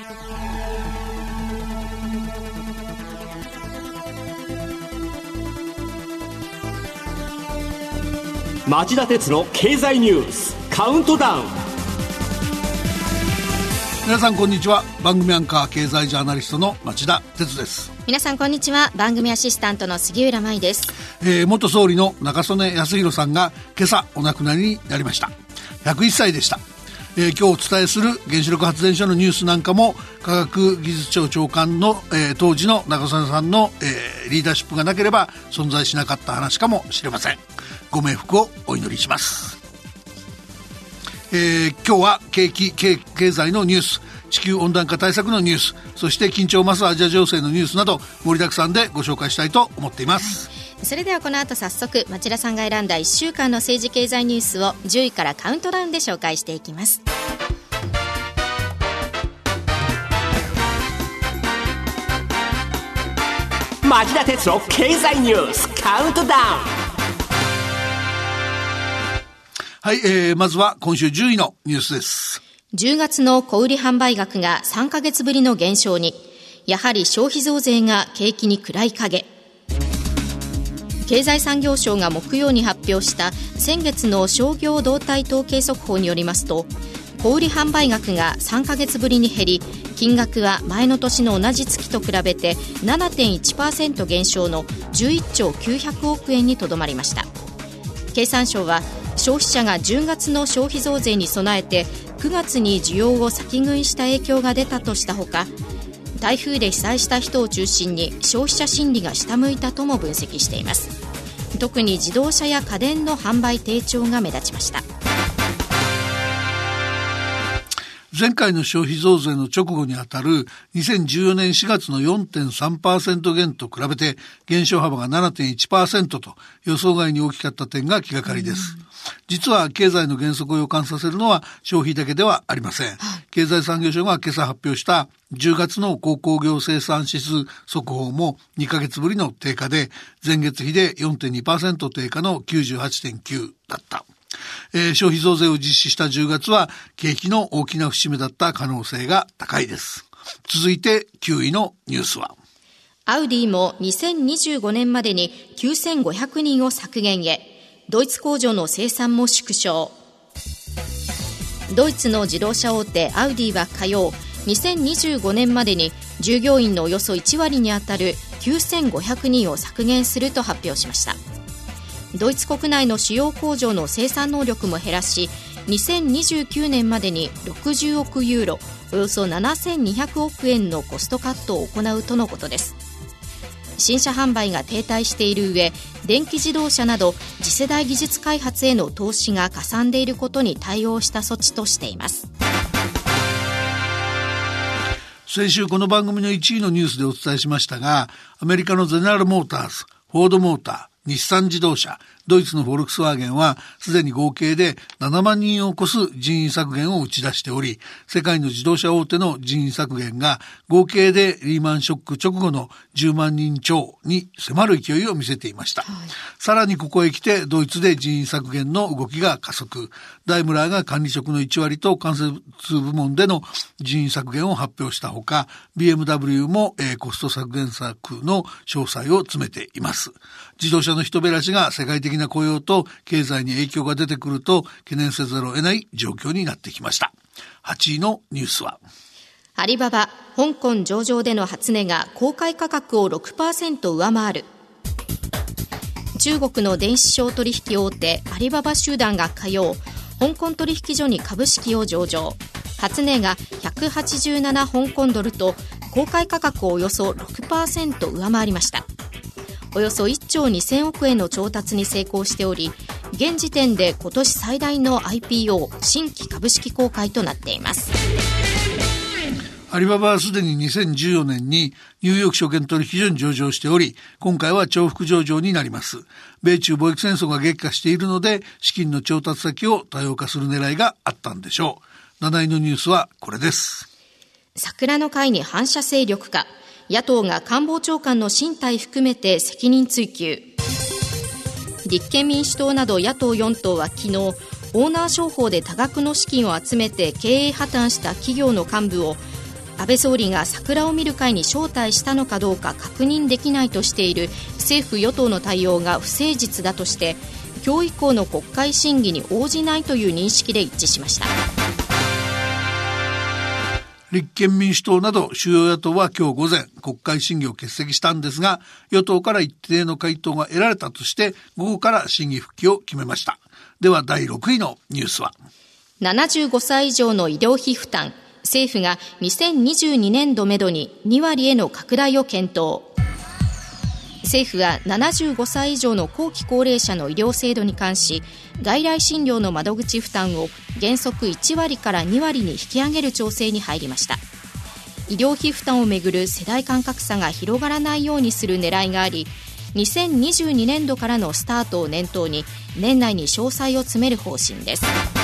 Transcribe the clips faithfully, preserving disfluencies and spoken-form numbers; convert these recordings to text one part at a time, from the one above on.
町田鉄の経済ニュースカウントダウン。 皆さんこんにちは。番組アンカー経済ジャーナリストの町田鉄です。 皆さんこんにちは。番組アシスタントの杉浦舞です。 えー、元総理の中曽根康弘さんが今朝お亡くなりになりました。ひゃくいっさいでした。えー、今日お伝えする原子力発電所のニュースなんかも科学技術庁長官の、えー、当時の中曽根さんの、えー、リーダーシップがなければ存在しなかった話かもしれません。ご冥福をお祈りします。えー、今日は景気 経, 経済のニュース、地球温暖化対策のニュース、そして緊張を増すアジア情勢のニュースなど盛りだくさんでご紹介したいと思っています。 それではこの後早速町田さんが選んだいっしゅうかんの政治経済ニュースをじゅういからカウントダウンで紹介していきます。 町田鉄の経済ニュースカウントダウン。 はい、えー、まずは今週じゅういのニュースです。 じゅうがつの小売販売額がさんかげつぶりの減少に、やはり消費増税が景気に暗い影。経済産業省が木曜に発表した先月の商業動態統計速報によりますと、小売販売額がさんかげつぶりに減り、金額は前の年の同じ月と比べて ななてんいちパーセント 減少のじゅういっちょうきゅうひゃくおくえんにとどまりました。経産省は消費者がじゅうがつの消費増税に備えてくがつに需要を先食いした影響が出たとしたほか、台風で被災した人を中心に消費者心理が下向いたとも分析しています。特に自動車や家電の販売低調が目立ちました。 前回の消費増税の直後にあたるにせんじゅうよねんしがつの よんてんさんパーセント 減と比べて減少幅が ななてんいちパーセント と予想外に大きかった点が気がかりです。実は経済の減速を予感させるのは消費だけではありません。経済産業省が今朝発表したじゅうがつの鉱工業生産指数速報もにかげつぶりの低下で、前月比で よんてんにパーセント 低下の きゅうじゅうはちてんきゅう だった。えー、消費増税を実施したじゅうがつは景気の大きな節目だった可能性が高いです。続いてきゅういのニュースは、 アウディもにせんにじゅうごねんまでにきゅうせんごひゃくにんを削減へ、ドイツ工場の生産も縮小。ドイツの自動車大手アウディは火曜、にせんにじゅうごねんまでに従業員のおよそいちわりにあたるきゅうせんごひゃくにんを削減すると発表しました。ドイツ国内の主要工場の生産能力も減らし、にせんにじゅうきゅうねんまでにろくじゅうおくユーロ、およそななせんにひゃくおくえんのコストカットを行うとのことです。新車販売が停滞している上、電気自動車など次世代技術開発への投資がかさんでいることに対応した措置としています。 先週この番組のいちいのニュースでお伝えしましたが、アメリカのゼネラルモーターズ、フォードモーター、日産自動車、ドイツのフォルクスワーゲンはすでに合計でななまんにんを超す人員削減を打ち出しており、世界の自動車大手の人員削減が合計でリーマンショック直後のじゅうまんにん超に迫る勢いを見せていました。はい、さらにここへ来てドイツで人員削減の動きが加速。ダイムラーが管理職のいちわりと間接部門での人員削減を発表したほか、 ビーエムダブリュー も、えー、コスト削減策の詳細を詰めています。自動車の人減らしが世界的な雇用と経済に影響が出てくると懸念せざるを得ない状況になってきました。はちいのニュースは、 アリババ、香港上場での初値が公開価格を ろくパーセント 上回る。中国の電子商取引大手アリババ集団が火曜、香港取引所に株式を上場。初値がひゃくはちじゅうなな香港ドルと公開価格をおよそ ろくパーセント 上回りました。およそいっちょうにせんおくえんの調達に成功しており、現時点で今年最大の アイピーオー 新規株式公開となっています。 アリババはすでににせんじゅうよねんにニューヨーク証券取引所に上場しており、今回は重複上場になります。米中貿易戦争が激化しているので資金の調達先を多様化する狙いがあったんでしょう。なないのニュースはこれです。 桜の会に反社勢力か、野党が官房長官の進退含めて責任追及。立憲民主党など野党よん党は昨日、オーナー商法で多額の資金を集めて経営破綻した企業の幹部を安倍総理が桜を見る会に招待したのかどうか確認できないとしている政府与党の対応が不誠実だとして、今日以降の国会審議に応じないという認識で一致しました。 立憲民主党など主要野党は今日午前国会審議を欠席したんですが、与党から一定の回答が得られたとして午後から審議復帰を決めました。ではだいろくいのニュースは、 ななじゅうごさい以上の医療費負担、政府がにせんにじゅうにねんどめどににわりへの拡大を検討。政府はななじゅうごさい以上の後期高齢者の医療制度に関し、外来診療の窓口負担を原則いちわりからにわりに引き上げる調整に入りました。医療費負担をめぐる世代間格差が広がらないようにする狙いがあり、にせんにじゅうにねんどからのスタートを念頭に年内に詳細を詰める方針です。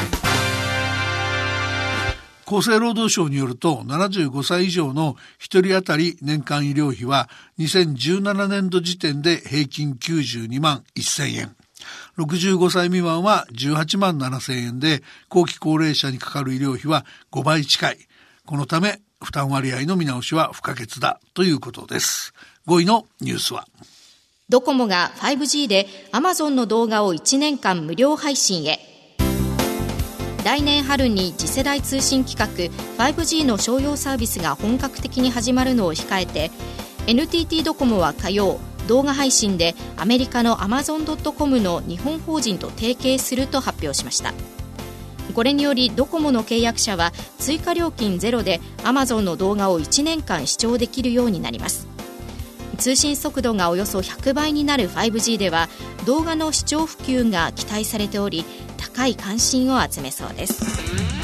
厚生労働省によると、ななじゅうごさい以上のひとり当たり年間医療費はにせんじゅうななねんど時点で平均きゅうじゅうにまんせんえん、ろくじゅうごさい未満はじゅうはちまんななせんえんで、後期高齢者にかかる医療費はごばい近い。このため負担割合の見直しは不可欠だということです。ごいのニュースは、 ドコモが ファイブジー で Amazon の動画をいちねんかん無料配信へ。来年春に次世代通信規格 ファイブジー の商用サービスが本格的に始まるのを控えて、 エヌティーティー ドコモは火曜、動画配信でアメリカの アマゾンドットコム の日本法人と提携すると発表しました。これによりドコモの契約者は追加料金ゼロで Amazon の動画をいちねんかん視聴できるようになります。通信速度がおよそひゃくばいになる ファイブジー では動画の視聴普及が期待されており、高い関心を集めそうです。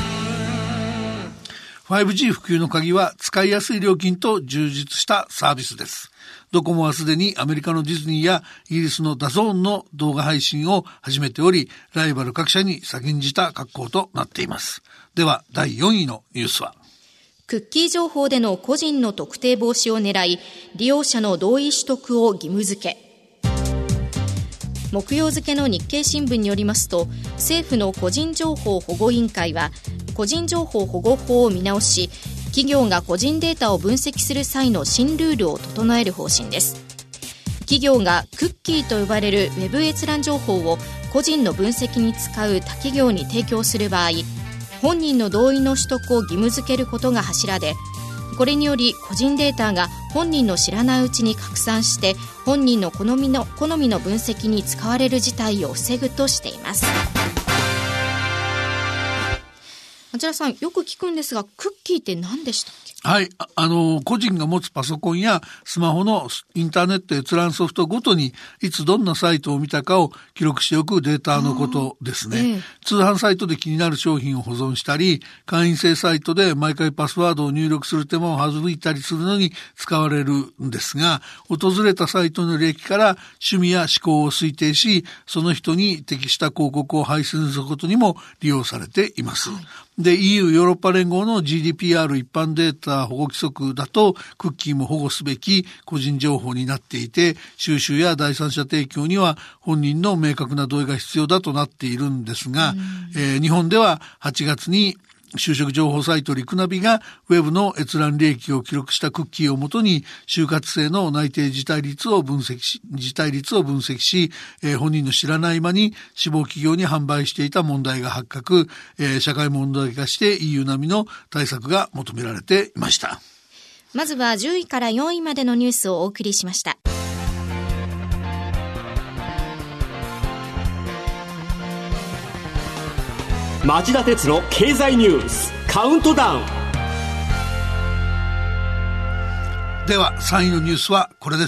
ファイブジー 普及の鍵は使いやすい料金と充実したサービスです。ドコモはすでにアメリカのディズニーやイギリスのダゾーンの動画配信を始めており、ライバル各社に先んじた格好となっています。ではだいよんいのニュースは、 クッキー情報での個人の特定防止を狙い、利用者の同意取得を義務付け。木曜付の日経新聞によりますと、政府の個人情報保護委員会は個人情報保護法を見直し、企業が個人データを分析する際の新ルールを整える方針です。企業がクッキーと呼ばれるウェブ閲覧情報を個人の分析に使う他企業に提供する場合、本人の同意の取得を義務付けることが柱で、これにより個人データが本人の知らないうちに拡散して本人の好みの、好みの分析に使われる事態を防ぐとしています。町田さん、よく聞くんですが、クッキーって何でしたっけ？ はい、あ、あの個人が持つパソコンやスマホのインターネット閲覧ソフトごとにいつどんなサイトを見たかを記録しておくデータのことですね。ええ、通販サイトで気になる商品を保存したり、会員制サイトで毎回パスワードを入力する手間を省いたりするのに使われるんですが、訪れたサイトの履歴から趣味や思考を推定し、その人に適した広告を配信することにも利用されています。はい、で イーユー ヨーロッパ連合の ジーディーピーアール 一般データ保護規則だと、クッキーも保護すべき個人情報になっていて、収集や第三者提供には本人の明確な同意が必要だとなっているんですが、えー、日本でははちがつに就職情報サイトリクナビがウェブの閲覧履歴を記録したクッキーをもとに就活生の内定辞退率を分析し、辞退率を分析し、えー、本人の知らない間に志望企業に販売していた問題が発覚、えー、社会問題化して イーユー 並みの対策が求められていました。 まずはじゅういからよんいまでのニュースをお送りしました。 町田鉄の経済ニュースカウントダウン。 ではさんいのニュースはこれです。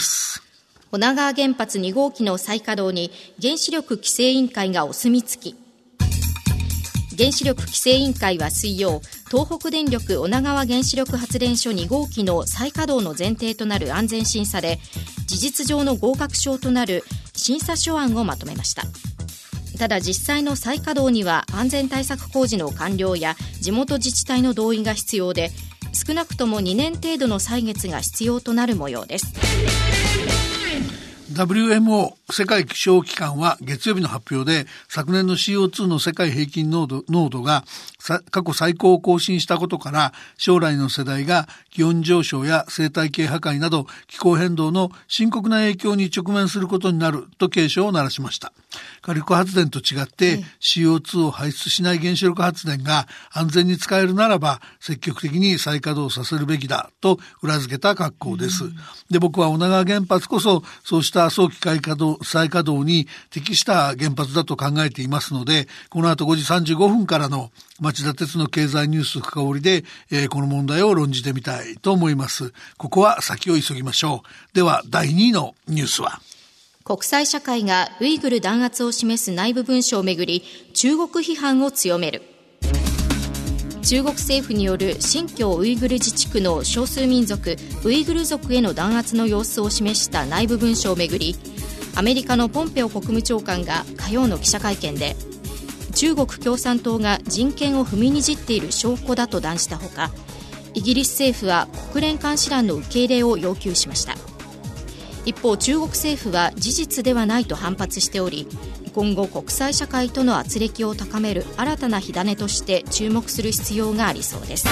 女川原発にごうきの再稼働に原子力規制委員会がお墨付き。原子力規制委員会は水曜、東北電力女川原子力発電所にごうきの再稼働の前提となる安全審査で事実上の合格証となる審査書案をまとめました。ただ実際の再稼働には安全対策工事の完了や地元自治体の同意が必要で、少なくともにねん程度の歳月が必要となる模様です。 ダブリューエムオー 世界気象機関は月曜日の発表で、昨年の シーオーツー の世界平均濃度、濃度が過去最高を更新したことから、将来の世代が気温上昇や生態系破壊など気候変動の深刻な影響に直面することになると警鐘を鳴らしました。火力発電と違って シーオーツー を排出しない原子力発電が安全に使えるならば積極的に再稼働させるべきだと裏付けた格好です。で、僕は女川原発こそそうした早期再稼働、再稼働に適した原発だと考えていますので、この後ごじさんじゅうごふんからの町田鉄の経済ニュース深掘りで、えー、この問題を論じてみたいと思います。ここは先を急ぎましょう。ではだいにいのニュースは、 国際社会がウイグル弾圧を示す内部文書をめぐり中国批判を強める。中国政府による新疆ウイグル自治区の少数民族ウイグル族への弾圧の様子を示した内部文書をめぐり、アメリカのポンペオ国務長官が火曜の記者会見で、中国共産党が人権を踏みにじっている証拠だと断じたほか、イギリス政府は国連監視団の受け入れを要求しました。一方、中国政府は事実ではないと反発しており、今後国際社会との圧力を高める新たな火種として注目する必要がありそうです。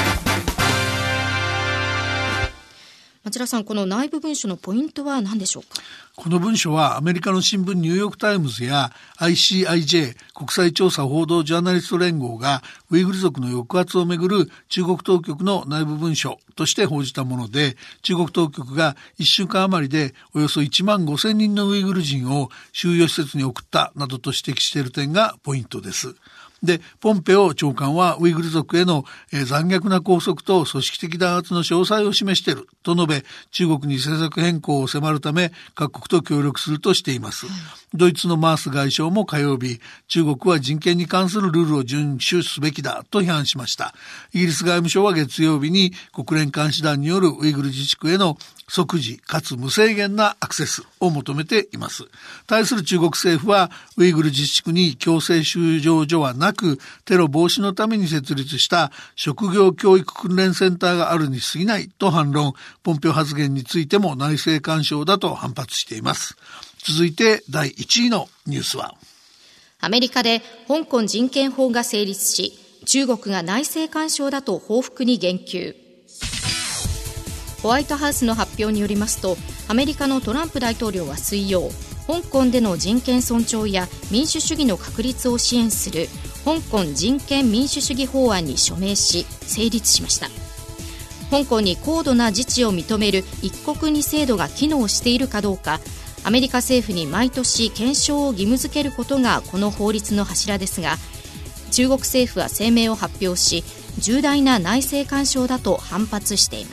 町田さん、この内部文書のポイントは何でしょうか。 この文書はアメリカの新聞ニューヨークタイムズや アイシーアイジェー 国際調査報道ジャーナリスト連合がウイグル族の抑圧をめぐる中国当局の内部文書として報じたもので、中国当局がいっしゅうかん余りでおよそいちまんごせんにんのウイグル人を収容施設に送ったなどと指摘している点がポイントです。で、ポンペオ長官はウイグル族への、えー、残虐な拘束と組織的弾圧の詳細を示していると述べ、中国に政策変更を迫るため各国と協力するとしています。はい、ドイツのマース外相も火曜日、中国は人権に関するルールを遵守すべきだと批判しました。イギリス外務省は月曜日に国連監視団によるウイグル自治区への即時かつ無制限なアクセスを求めています。対する中国政府はウイグル自治区に強制収容所はなく、テロ防止のために設立した職業教育訓練センターがあるに過ぎないと反論。ポンペオ発言についても内政干渉だと反発しています。続いてだいいちいのニュースは、 アメリカで香港人権法が成立し、中国が内政干渉だと報復に言及。ホワイトハウスの発表によりますと、アメリカのトランプ大統領は水曜、香港での人権尊重や民主主義の確立を支援する香港人権民主主義法案に署名し成立しました。香港に高度な自治を認める一国二制度が機能しているかどうか、アメリカ政府に毎年検証を義務付けることがこの法律の柱ですが、中国政府は声明を発表し、重大な内政干渉だと反発しています。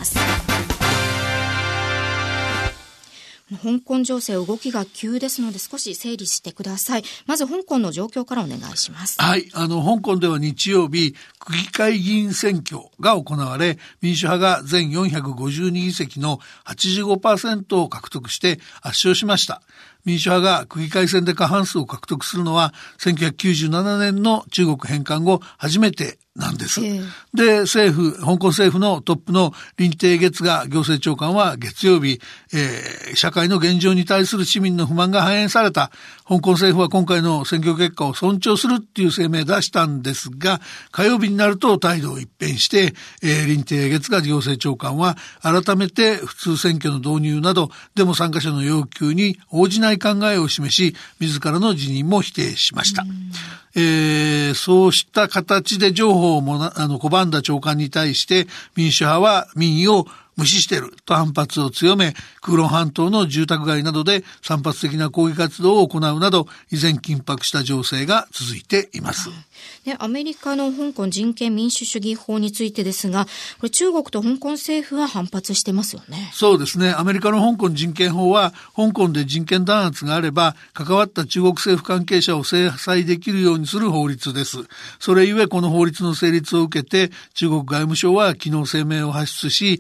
香港情勢動きが急ですので少し整理してください。まず香港の状況からお願いします。 はい、あの香港では日曜日区議会議員選挙が行われ、民主派が全よんひゃくごじゅうにぎせきの はちじゅうごパーセント を獲得して圧勝しました。民主派が区議会選で過半数を獲得するのはせんきゅうひゃくきゅうじゅうななねんの中国返還後初めてなんです。えー、で、政府、香港政府のトップの林鄭月娥行政長官は月曜日、えー、社会の現状に対する市民の不満が反映された。香港政府は今回の選挙結果を尊重するっていう声明を出したんですが、火曜日になると態度を一変して、えー、林鄭月娥行政長官は改めて普通選挙の導入などデモ参加者の要求に応じない考えを示し、自らの辞任も否定しました。えー、そうした形で情報をもなあの拒んだ長官に対して民主派は民意を無視していると反発を強め、空論半島の住宅街などで散発的な抗議活動を行うなど依然緊迫した情勢が続いています。 で、アメリカの香港人権民主主義法についてですが、これ中国と香港政府は反発してますよね。 そうですね。アメリカの香港人権法は香港で人権弾圧があれば関わった中国政府関係者を制裁できるようにする法律です。それゆえこの法律の成立を受けて中国外務省は昨日声明を発出し、内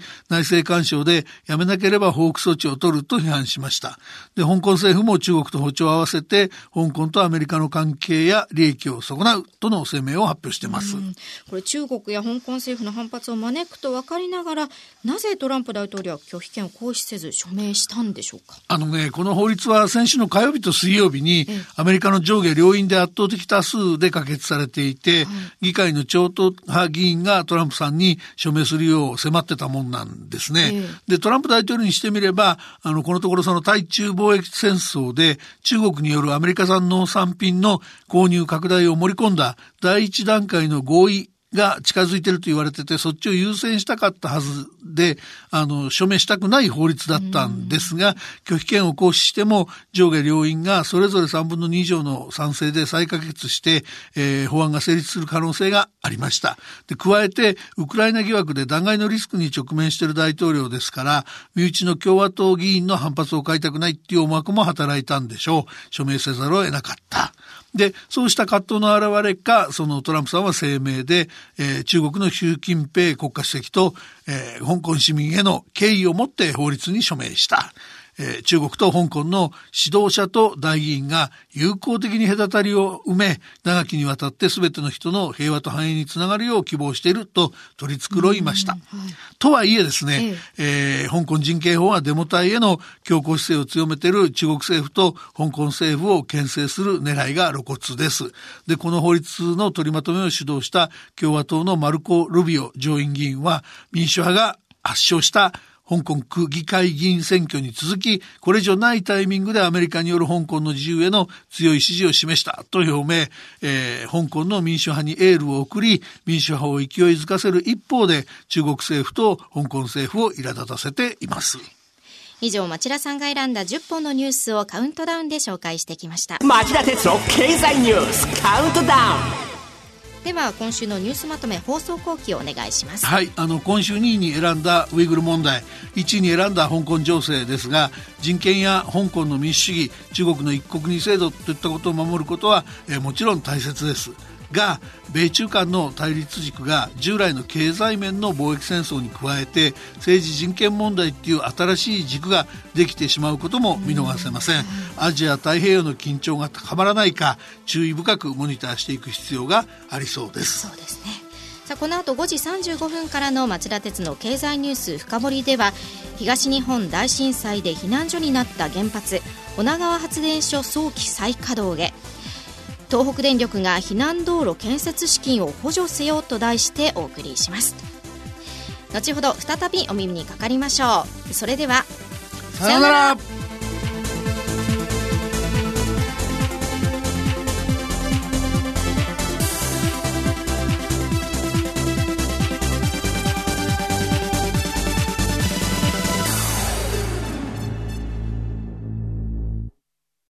政干渉でやめなければ報復措置を取ると批判しました。で、香港政府も中国と歩調を合わせて香港とアメリカの関係や利益を損なうとの声明を発表しています。 これ中国や香港政府の反発を招くと分かりながら、なぜトランプ大統領は拒否権を行使せず署名したんでしょうか。 あのね、この法律は先週の火曜日と水曜日にアメリカの上下両院で圧倒的多数で可決されていて、はい、議会の超党派議員がトランプさんに署名するよう迫ってたもんなんですね。えー、でトランプ大統領にしてみれば、あのこのところその対中貿易戦争で中国によるアメリカ産農産品の購入拡大を盛り込んだ第一段階の合意が近づいていると言われてて、そっちを優先したかったはずで、あの署名したくない法律だったんですが、拒否権を行使しても上下両院がそれぞれさんぶんのに以上の賛成で再可決して、えー、法案が成立する可能性がありました。で加えてウクライナ疑惑で弾劾のリスクに直面している大統領ですから、身内の共和党議員の反発を買いたくないっていう思惑も働いたんでしょう。署名せざるを得なかった。でそうした葛藤の表れか、そのトランプさんは声明で、えー、中国の習近平国家主席と、えー、香港市民への敬意を持って法律に署名した。えー、中国と香港の指導者と代議員が友好的に隔たりを埋め、長きにわたって全ての人の平和と繁栄につながるよう希望していると取り繕いました。はい、とはいえですね、えええー、香港人権法はデモ隊への強硬姿勢を強めている中国政府と香港政府を牽制する狙いが露骨です。で、この法律の取りまとめを主導した共和党のマルコ・ルビオ上院議員は、民主派が圧勝した香港区議会議員選挙に続き、これ以上ないタイミングでアメリカによる香港の自由への強い支持を示したと表明、えー、香港の民主派にエールを送り、民主派を勢いづかせる一方で、中国政府と香港政府を苛立たせています。 以上、町田さんが選んだじゅっぽんのニュースをカウントダウンで紹介してきました。 町田鉄の経済ニュースカウントダウン。 では今週のニュースまとめ、放送後期をお願いします。 はい、あの今週にいに選んだウイグル問題、いちいに選んだ香港情勢ですが、人権や香港の民主主義、中国の一国二制度といったことを守ることは、えー、もちろん大切ですが、米中間の対立軸が従来の経済面の貿易戦争に加えて政治人権問題っていう新しい軸ができてしまうことも見逃せません。アジア太平洋の緊張が高まらないか、注意深くモニターしていく必要がありそうです。 そうですね。さあ、この後ごじさんじゅうごふんからの町田鉄の経済ニュース深掘りでは、東日本大震災で避難所になった原発女川発電所早期再稼働へ、東北電力が避難道路建設資金を補助せよと題してお送りします。後ほど再びお耳にかかりましょう。それではさようなら。